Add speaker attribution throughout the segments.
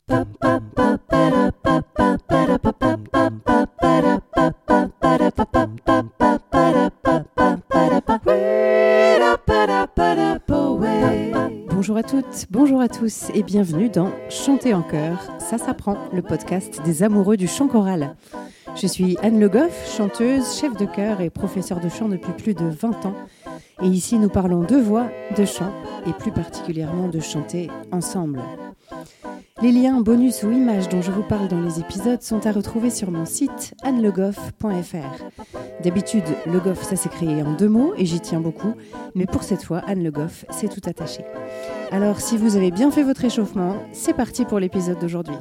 Speaker 1: Bonjour à toutes, bonjour à tous et bienvenue dans Chanter en chœur, ça s'apprend, le podcast des amoureux du chant choral. Je suis Anne Le Goff, chanteuse, chef de chœur et professeure de chant depuis plus de 20 ans. Et ici, nous parlons de voix, de chant et plus particulièrement de chanter ensemble. Les liens, bonus ou images dont je vous parle dans les épisodes sont à retrouver sur mon site annelegoff.fr. D'habitude, Le Goff, ça s'écrit en 2 mots et j'y tiens beaucoup, mais pour cette fois, Anne Le Goff, c'est tout attaché. Alors, si vous avez bien fait votre échauffement, c'est parti pour l'épisode d'aujourd'hui.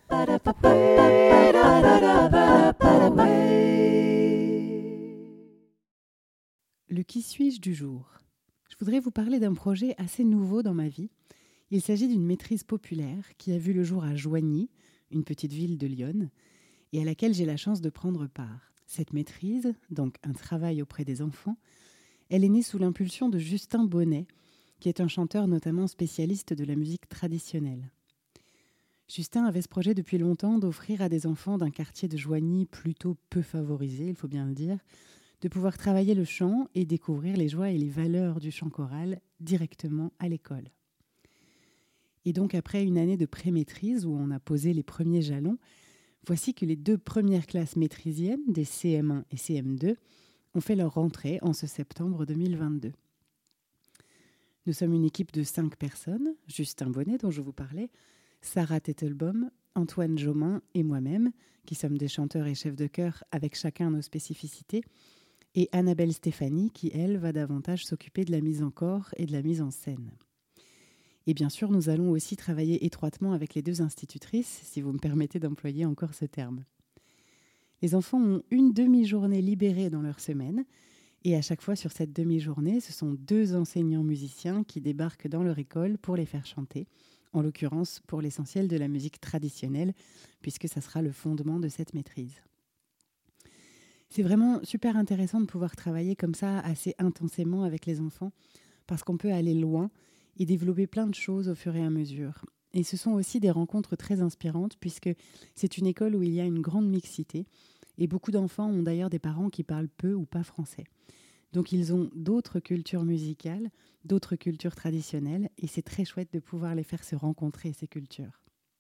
Speaker 1: Le qui suis-je du jour. Je voudrais vous parler d'un projet assez nouveau dans ma vie. Il s'agit d'une maîtrise populaire qui a vu le jour à Joigny, une petite ville de l'Yonne, et à laquelle j'ai la chance de prendre part. Cette maîtrise, donc un travail auprès des enfants, elle est née sous l'impulsion de Justin Bonnet, qui est un chanteur notamment spécialiste de la musique traditionnelle. Justin avait ce projet depuis longtemps d'offrir à des enfants d'un quartier de Joigny plutôt peu favorisé, il faut bien le dire, de pouvoir travailler le chant et découvrir les joies et les valeurs du chant choral directement à l'école. Et donc après une année de pré-maîtrise où on a posé les premiers jalons, voici que les 2 premières classes maîtrisiennes, des CM1 et CM2, ont fait leur rentrée en ce septembre 2022. Nous sommes une équipe de 5 personnes, Justin Bonnet dont je vous parlais, Sarah Tettelbaum, Antoine Jomain et moi-même, qui sommes des chanteurs et chefs de chœur avec chacun nos spécificités, et Annabelle Stéphanie qui, elle, va davantage s'occuper de la mise en corps et de la mise en scène. Et bien sûr, nous allons aussi travailler étroitement avec les 2 institutrices, si vous me permettez d'employer encore ce terme. Les enfants ont une demi-journée libérée dans leur semaine, et à chaque fois sur cette demi-journée, ce sont 2 enseignants musiciens qui débarquent dans leur école pour les faire chanter, en l'occurrence pour l'essentiel de la musique traditionnelle, puisque ça sera le fondement de cette maîtrise. C'est vraiment super intéressant de pouvoir travailler comme ça assez intensément avec les enfants, parce qu'on peut aller loin et développer plein de choses au fur et à mesure. Et ce sont aussi des rencontres très inspirantes, puisque c'est une école où il y a une grande mixité, et beaucoup d'enfants ont d'ailleurs des parents qui parlent peu ou pas français. Donc ils ont d'autres cultures musicales, d'autres cultures traditionnelles, et c'est très chouette de pouvoir les faire se rencontrer, ces cultures.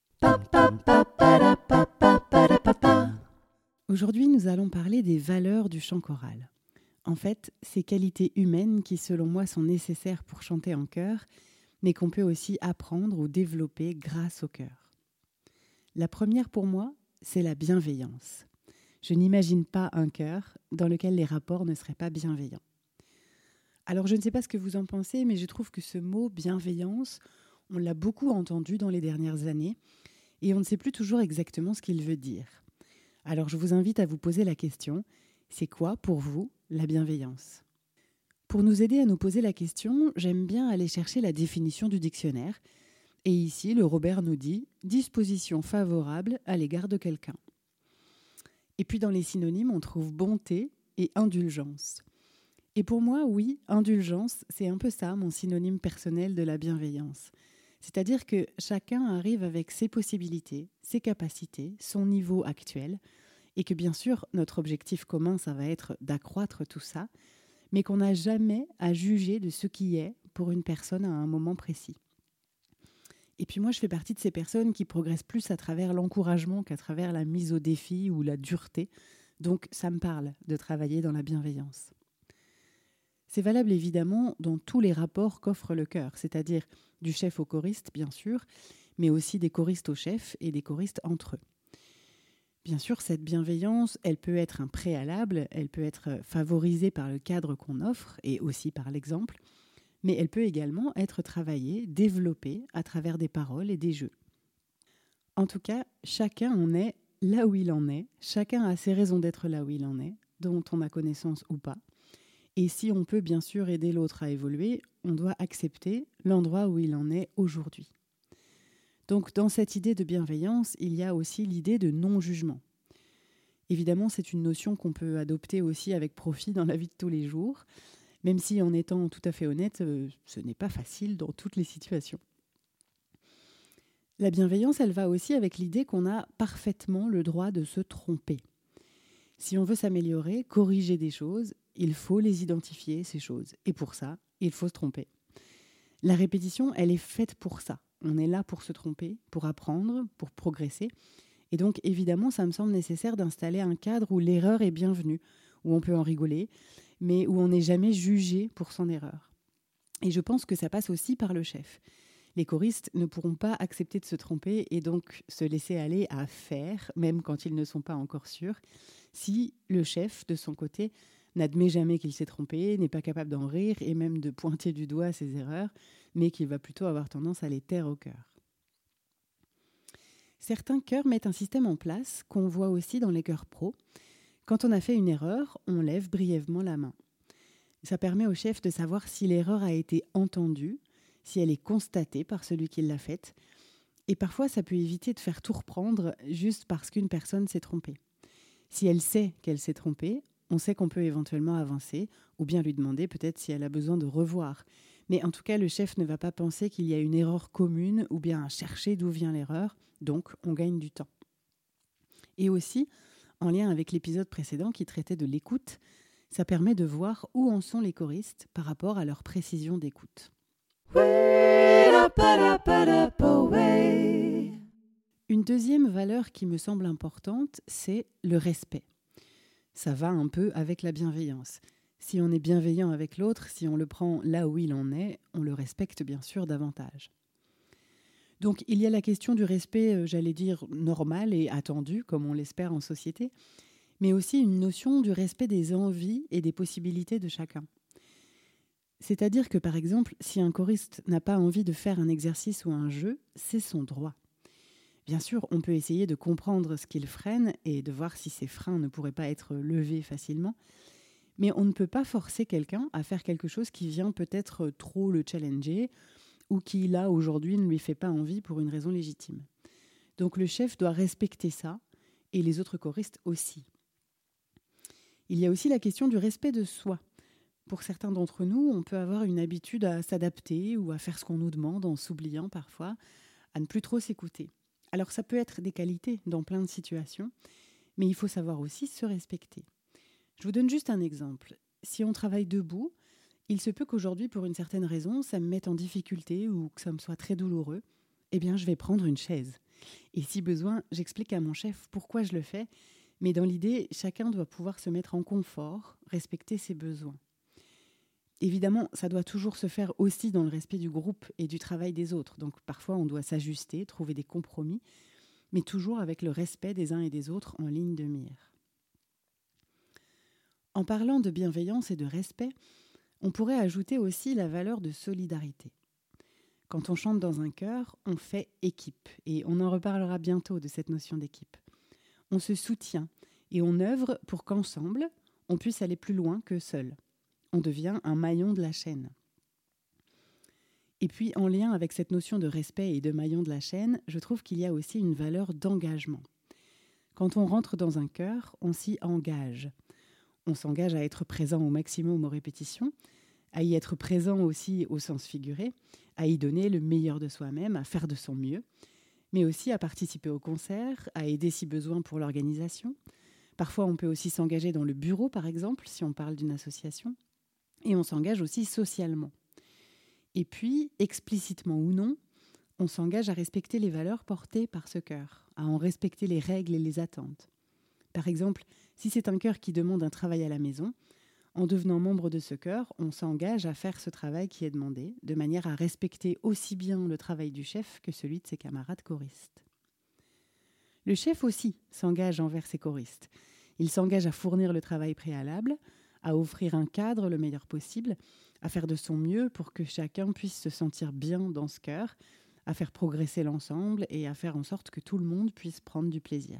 Speaker 1: Aujourd'hui, nous allons parler des valeurs du chant choral. En fait, ces qualités humaines qui, selon moi, sont nécessaires pour chanter en chœur, mais qu'on peut aussi apprendre ou développer grâce au chœur. La première pour moi, c'est la bienveillance. Je n'imagine pas un chœur dans lequel les rapports ne seraient pas bienveillants. Alors je ne sais pas ce que vous en pensez, mais je trouve que ce mot bienveillance, on l'a beaucoup entendu dans les dernières années, et on ne sait plus toujours exactement ce qu'il veut dire. Alors je vous invite à vous poser la question, c'est quoi pour vous la bienveillance ? Pour nous aider à nous poser la question, j'aime bien aller chercher la définition du dictionnaire. Et ici, le Robert nous dit « disposition favorable à l'égard de quelqu'un ». Et puis dans les synonymes, on trouve bonté et indulgence. Et pour moi, oui, indulgence, c'est un peu ça, mon synonyme personnel de la bienveillance. C'est-à-dire que chacun arrive avec ses possibilités, ses capacités, son niveau actuel, et que bien sûr, notre objectif commun, ça va être d'accroître tout ça, mais qu'on n'a jamais à juger de ce qui est pour une personne à un moment précis. Et puis moi, je fais partie de ces personnes qui progressent plus à travers l'encouragement qu'à travers la mise au défi ou la dureté. Donc ça me parle de travailler dans la bienveillance. C'est valable évidemment dans tous les rapports qu'offre le chœur, c'est-à-dire du chef au choriste, bien sûr, mais aussi des choristes au chef et des choristes entre eux. Bien sûr, cette bienveillance, elle peut être un préalable, elle peut être favorisée par le cadre qu'on offre et aussi par l'exemple, mais elle peut également être travaillée, développée à travers des paroles et des jeux. En tout cas, chacun en est là où il en est, chacun a ses raisons d'être là où il en est, dont on a connaissance ou pas. Et si on peut bien sûr aider l'autre à évoluer, on doit accepter l'endroit où il en est aujourd'hui. Donc dans cette idée de bienveillance, il y a aussi l'idée de non-jugement. Évidemment, c'est une notion qu'on peut adopter aussi avec profit dans la vie de tous les jours, même si en étant tout à fait honnête, ce n'est pas facile dans toutes les situations. La bienveillance, elle va aussi avec l'idée qu'on a parfaitement le droit de se tromper. Si on veut s'améliorer, corriger des choses, il faut les identifier, ces choses. Et pour ça, il faut se tromper. La répétition, elle est faite pour ça. On est là pour se tromper, pour apprendre, pour progresser. Et donc, évidemment, ça me semble nécessaire d'installer un cadre où l'erreur est bienvenue, où on peut en rigoler, mais où on n'est jamais jugé pour son erreur. Et je pense que ça passe aussi par le chef. Les choristes ne pourront pas accepter de se tromper et donc se laisser aller à faire, même quand ils ne sont pas encore sûrs, si le chef, de son côté, n'admet jamais qu'il s'est trompé, n'est pas capable d'en rire et même de pointer du doigt ses erreurs, mais qu'il va plutôt avoir tendance à les taire au cœur. Certains chœurs mettent un système en place qu'on voit aussi dans les chœurs pro. Quand on a fait une erreur, on lève brièvement la main. Ça permet au chef de savoir si l'erreur a été entendue, si elle est constatée par celui qui l'a faite. Et parfois, ça peut éviter de faire tout reprendre juste parce qu'une personne s'est trompée. Si elle sait qu'elle s'est trompée, on sait qu'on peut éventuellement avancer ou bien lui demander peut-être si elle a besoin de revoir. Mais en tout cas, le chef ne va pas penser qu'il y a une erreur commune ou bien chercher d'où vient l'erreur, donc on gagne du temps. Et aussi, en lien avec l'épisode précédent qui traitait de l'écoute, ça permet de voir où en sont les choristes par rapport à leur précision d'écoute. Une deuxième valeur qui me semble importante, c'est le respect. Ça va un peu avec la bienveillance. Si on est bienveillant avec l'autre, si on le prend là où il en est, on le respecte bien sûr davantage. Donc il y a la question du respect, j'allais dire, normal et attendu, comme on l'espère en société, mais aussi une notion du respect des envies et des possibilités de chacun. C'est-à-dire que, par exemple, si un choriste n'a pas envie de faire un exercice ou un jeu, c'est son droit. Bien sûr, on peut essayer de comprendre ce qu'il freine et de voir si ces freins ne pourraient pas être levés facilement, mais on ne peut pas forcer quelqu'un à faire quelque chose qui vient peut-être trop le challenger ou qui, là, aujourd'hui, ne lui fait pas envie pour une raison légitime. Donc le chef doit respecter ça, et les autres choristes aussi. Il y a aussi la question du respect de soi. Pour certains d'entre nous, on peut avoir une habitude à s'adapter ou à faire ce qu'on nous demande en s'oubliant parfois, à ne plus trop s'écouter. Alors ça peut être des qualités dans plein de situations, mais il faut savoir aussi se respecter. Je vous donne juste un exemple. Si on travaille debout, il se peut qu'aujourd'hui, pour une certaine raison, ça me mette en difficulté ou que ça me soit très douloureux. Eh bien, je vais prendre une chaise. Et si besoin, j'explique à mon chef pourquoi je le fais. Mais dans l'idée, chacun doit pouvoir se mettre en confort, respecter ses besoins. Évidemment, ça doit toujours se faire aussi dans le respect du groupe et du travail des autres. Donc parfois, on doit s'ajuster, trouver des compromis, mais toujours avec le respect des uns et des autres en ligne de mire. En parlant de bienveillance et de respect, on pourrait ajouter aussi la valeur de solidarité. Quand on chante dans un chœur, on fait équipe, et on en reparlera bientôt de cette notion d'équipe. On se soutient et on œuvre pour qu'ensemble, on puisse aller plus loin que seul. On devient un maillon de la chaîne. Et puis, en lien avec cette notion de respect et de maillon de la chaîne, je trouve qu'il y a aussi une valeur d'engagement. Quand on rentre dans un chœur, on s'y engage. On s'engage à être présent au maximum aux répétitions, à y être présent aussi au sens figuré, à y donner le meilleur de soi-même, à faire de son mieux, mais aussi à participer au concert, à aider si besoin pour l'organisation. Parfois, on peut aussi s'engager dans le bureau, par exemple, si on parle d'une association. Et on s'engage aussi socialement. Et puis, explicitement ou non, on s'engage à respecter les valeurs portées par ce chœur, à en respecter les règles et les attentes. Par exemple, si c'est un chœur qui demande un travail à la maison, en devenant membre de ce chœur, on s'engage à faire ce travail qui est demandé, de manière à respecter aussi bien le travail du chef que celui de ses camarades choristes. Le chef aussi s'engage envers ses choristes. Il s'engage à fournir le travail préalable, à offrir un cadre le meilleur possible, à faire de son mieux pour que chacun puisse se sentir bien dans ce chœur, à faire progresser l'ensemble et à faire en sorte que tout le monde puisse prendre du plaisir.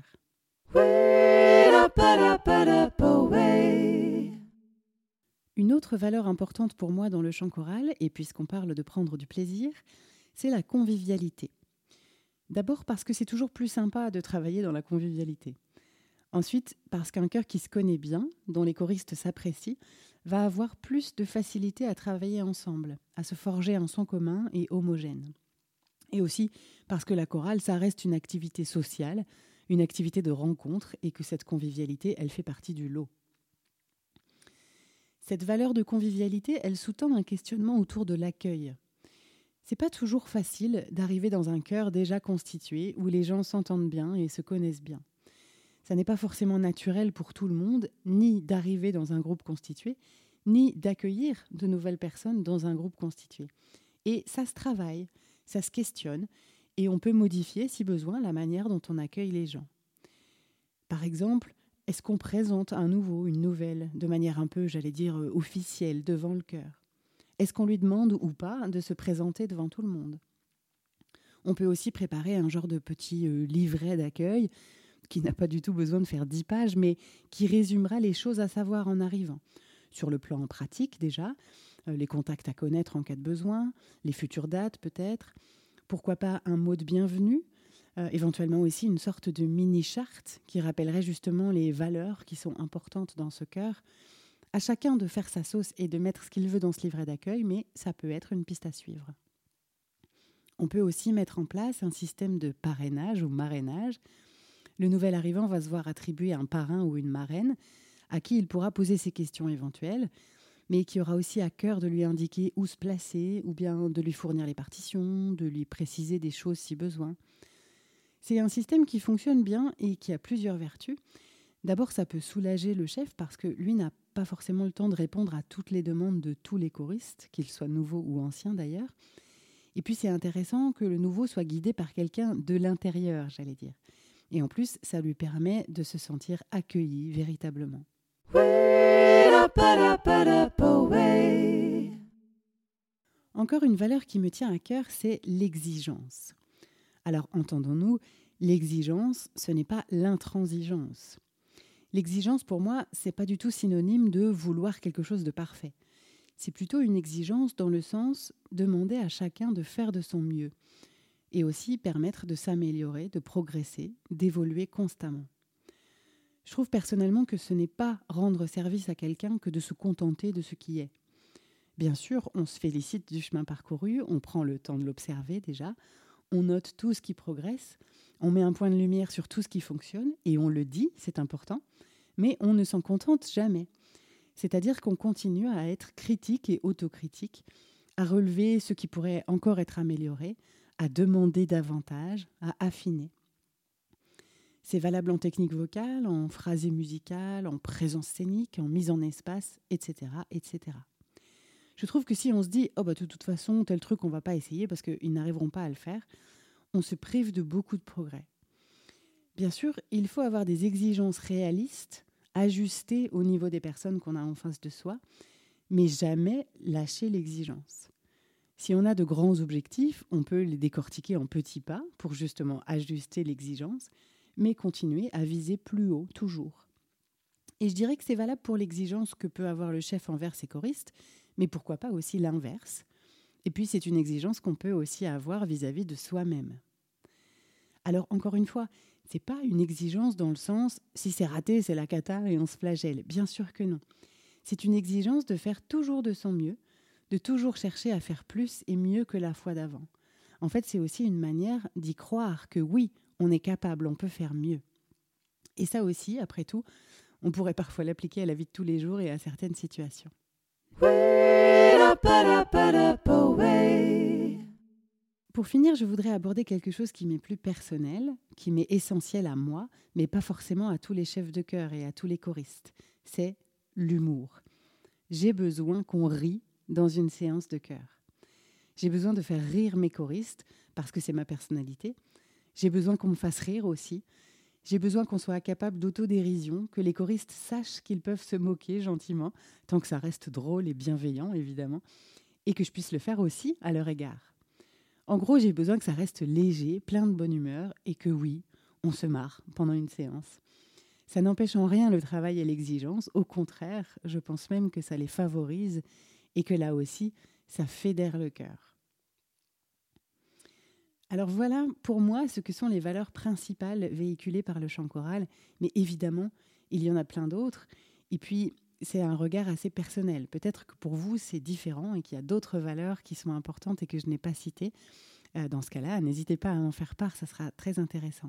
Speaker 1: Une autre valeur importante pour moi dans le chant choral, et puisqu'on parle de prendre du plaisir, c'est la convivialité. D'abord parce que c'est toujours plus sympa de travailler dans la convivialité. Ensuite, parce qu'un chœur qui se connaît bien, dont les choristes s'apprécient, va avoir plus de facilité à travailler ensemble, à se forger un son commun et homogène. Et aussi parce que la chorale, ça reste une activité sociale, une activité de rencontre, et que cette convivialité, elle fait partie du lot. Cette valeur de convivialité, elle sous-tend un questionnement autour de l'accueil. C'est pas toujours facile d'arriver dans un chœur déjà constitué, où les gens s'entendent bien et se connaissent bien. Ça n'est pas forcément naturel pour tout le monde, ni d'arriver dans un groupe constitué, ni d'accueillir de nouvelles personnes dans un groupe constitué. Et ça se travaille, ça se questionne, et on peut modifier, si besoin, la manière dont on accueille les gens. Par exemple, est-ce qu'on présente un nouveau, une nouvelle, de manière un peu, officielle, devant le chœur ? Est-ce qu'on lui demande ou pas de se présenter devant tout le monde ? On peut aussi préparer un genre de petit livret d'accueil, qui n'a pas du tout besoin de faire 10 pages, mais qui résumera les choses à savoir en arrivant. Sur le plan pratique déjà, les contacts à connaître en cas de besoin, les futures dates peut-être, pourquoi pas un mot de bienvenue, éventuellement aussi une sorte de mini-charte qui rappellerait justement les valeurs qui sont importantes dans ce chœur. À chacun de faire sa sauce et de mettre ce qu'il veut dans ce livret d'accueil, mais ça peut être une piste à suivre. On peut aussi mettre en place un système de parrainage ou marrainage. Le nouvel arrivant va se voir attribuer un parrain ou une marraine à qui il pourra poser ses questions éventuelles, mais qui aura aussi à cœur de lui indiquer où se placer ou bien de lui fournir les partitions, de lui préciser des choses si besoin. C'est un système qui fonctionne bien et qui a plusieurs vertus. D'abord, ça peut soulager le chef parce que lui n'a pas forcément le temps de répondre à toutes les demandes de tous les choristes, qu'ils soient nouveaux ou anciens d'ailleurs. Et puis, c'est intéressant que le nouveau soit guidé par quelqu'un de l'intérieur, j'allais dire. Et en plus, ça lui permet de se sentir accueilli véritablement. Encore une valeur qui me tient à cœur, c'est l'exigence. Alors, entendons-nous, l'exigence, ce n'est pas l'intransigeance. L'exigence, pour moi, c'est pas du tout synonyme de vouloir quelque chose de parfait. C'est plutôt une exigence dans le sens demander à chacun de faire de son mieux et aussi permettre de s'améliorer, de progresser, d'évoluer constamment. Je trouve personnellement que ce n'est pas rendre service à quelqu'un que de se contenter de ce qui est. Bien sûr, on se félicite du chemin parcouru, on prend le temps de l'observer déjà, on note tout ce qui progresse, on met un point de lumière sur tout ce qui fonctionne et on le dit, c'est important, mais on ne s'en contente jamais. C'est-à-dire qu'on continue à être critique et autocritique, à relever ce qui pourrait encore être amélioré, à demander davantage, à affiner. C'est valable en technique vocale, en phrasé musicale, en présence scénique, en mise en espace, etc., etc. Je trouve que si on se dit « de toute façon, tel truc, on ne va pas essayer parce qu'ils n'arriveront pas à le faire », on se prive de beaucoup de progrès. Bien sûr, il faut avoir des exigences réalistes, ajustées au niveau des personnes qu'on a en face de soi, mais jamais lâcher l'exigence. Si on a de grands objectifs, on peut les décortiquer en petits pas pour justement ajuster l'exigence, mais continuer à viser plus haut, toujours. Et je dirais que c'est valable pour l'exigence que peut avoir le chef envers ses choristes, mais pourquoi pas aussi l'inverse. Et puis c'est une exigence qu'on peut aussi avoir vis-à-vis de soi-même. Alors encore une fois, c'est pas une exigence dans le sens « si c'est raté, c'est la cata et on se flagelle ». Bien sûr que non. C'est une exigence de faire toujours de son mieux, de toujours chercher à faire plus et mieux que la fois d'avant. En fait, c'est aussi une manière d'y croire que oui, on est capable, on peut faire mieux. Et ça aussi, après tout, on pourrait parfois l'appliquer à la vie de tous les jours et à certaines situations. Pour finir, je voudrais aborder quelque chose qui m'est plus personnel, qui m'est essentiel à moi, mais pas forcément à tous les chefs de chœur et à tous les choristes. C'est l'humour. J'ai besoin qu'on rie dans une séance de chœur. J'ai besoin de faire rire mes choristes, parce que c'est ma personnalité. J'ai besoin qu'on me fasse rire aussi. J'ai besoin qu'on soit capable d'autodérision, que les choristes sachent qu'ils peuvent se moquer gentiment, tant que ça reste drôle et bienveillant, évidemment, et que je puisse le faire aussi à leur égard. En gros, j'ai besoin que ça reste léger, plein de bonne humeur, et que oui, on se marre pendant une séance. Ça n'empêche en rien le travail et l'exigence. Au contraire, je pense même que ça les favorise et que là aussi, ça fédère le cœur. Alors voilà, pour moi, ce que sont les valeurs principales véhiculées par le chant choral. Mais évidemment, il y en a plein d'autres. Et puis, c'est un regard assez personnel. Peut-être que pour vous, c'est différent et qu'il y a d'autres valeurs qui sont importantes et que je n'ai pas citées. Dans ce cas-là, n'hésitez pas à m'en faire part, ça sera très intéressant.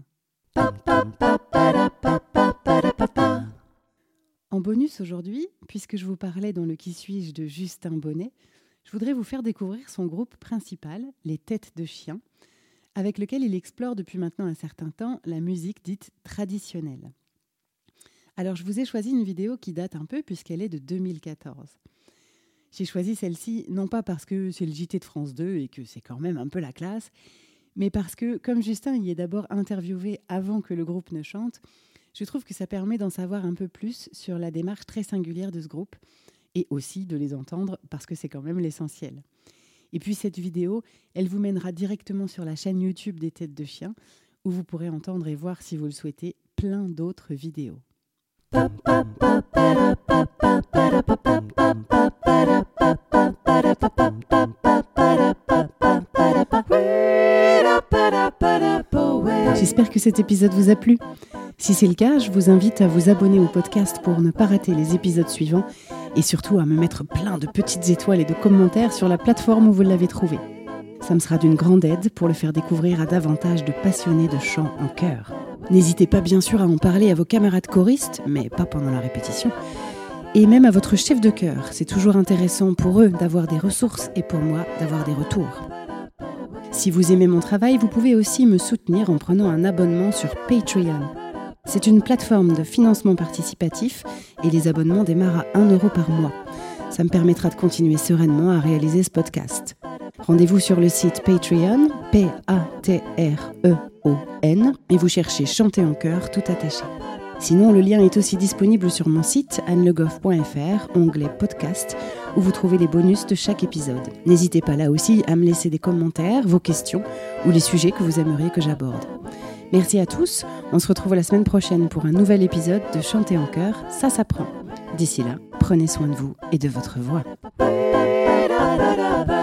Speaker 1: En bonus aujourd'hui, puisque je vous parlais dans le Qui suis-je de Justin Bonnet, je voudrais vous faire découvrir son groupe principal, les Têtes de Chien, avec lequel il explore depuis maintenant un certain temps la musique dite traditionnelle. Alors je vous ai choisi une vidéo qui date un peu puisqu'elle est de 2014. J'ai choisi celle-ci non pas parce que c'est le JT de France 2 et que c'est quand même un peu la classe, mais parce que comme Justin y est d'abord interviewé avant que le groupe ne chante, je trouve que ça permet d'en savoir un peu plus sur la démarche très singulière de ce groupe et aussi de les entendre parce que c'est quand même l'essentiel. Et puis cette vidéo, elle vous mènera directement sur la chaîne YouTube des Têtes de Chien où vous pourrez entendre et voir, si vous le souhaitez, plein d'autres vidéos. J'espère que cet épisode vous a plu. Si c'est le cas, je vous invite à vous abonner au podcast pour ne pas rater les épisodes suivants et surtout à me mettre plein de petites étoiles et de commentaires sur la plateforme où vous l'avez trouvé. Ça me sera d'une grande aide pour le faire découvrir à davantage de passionnés de chant en chœur. N'hésitez pas bien sûr à en parler à vos camarades choristes, mais pas pendant la répétition, et même à votre chef de chœur. C'est toujours intéressant pour eux d'avoir des ressources et pour moi d'avoir des retours. Si vous aimez mon travail, vous pouvez aussi me soutenir en prenant un abonnement sur Patreon. C'est une plateforme de financement participatif et les abonnements démarrent à 1 € par mois. Ça me permettra de continuer sereinement à réaliser ce podcast. Rendez-vous sur le site Patreon, Patreon, et vous cherchez Chanter en chœur tout attaché. Sinon, le lien est aussi disponible sur mon site annelegoff.fr, onglet podcast, où vous trouvez les bonus de chaque épisode. N'hésitez pas là aussi à me laisser des commentaires, vos questions ou les sujets que vous aimeriez que j'aborde. Merci à tous, on se retrouve la semaine prochaine pour un nouvel épisode de Chanter en chœur, ça s'apprend. D'ici là, prenez soin de vous et de votre voix.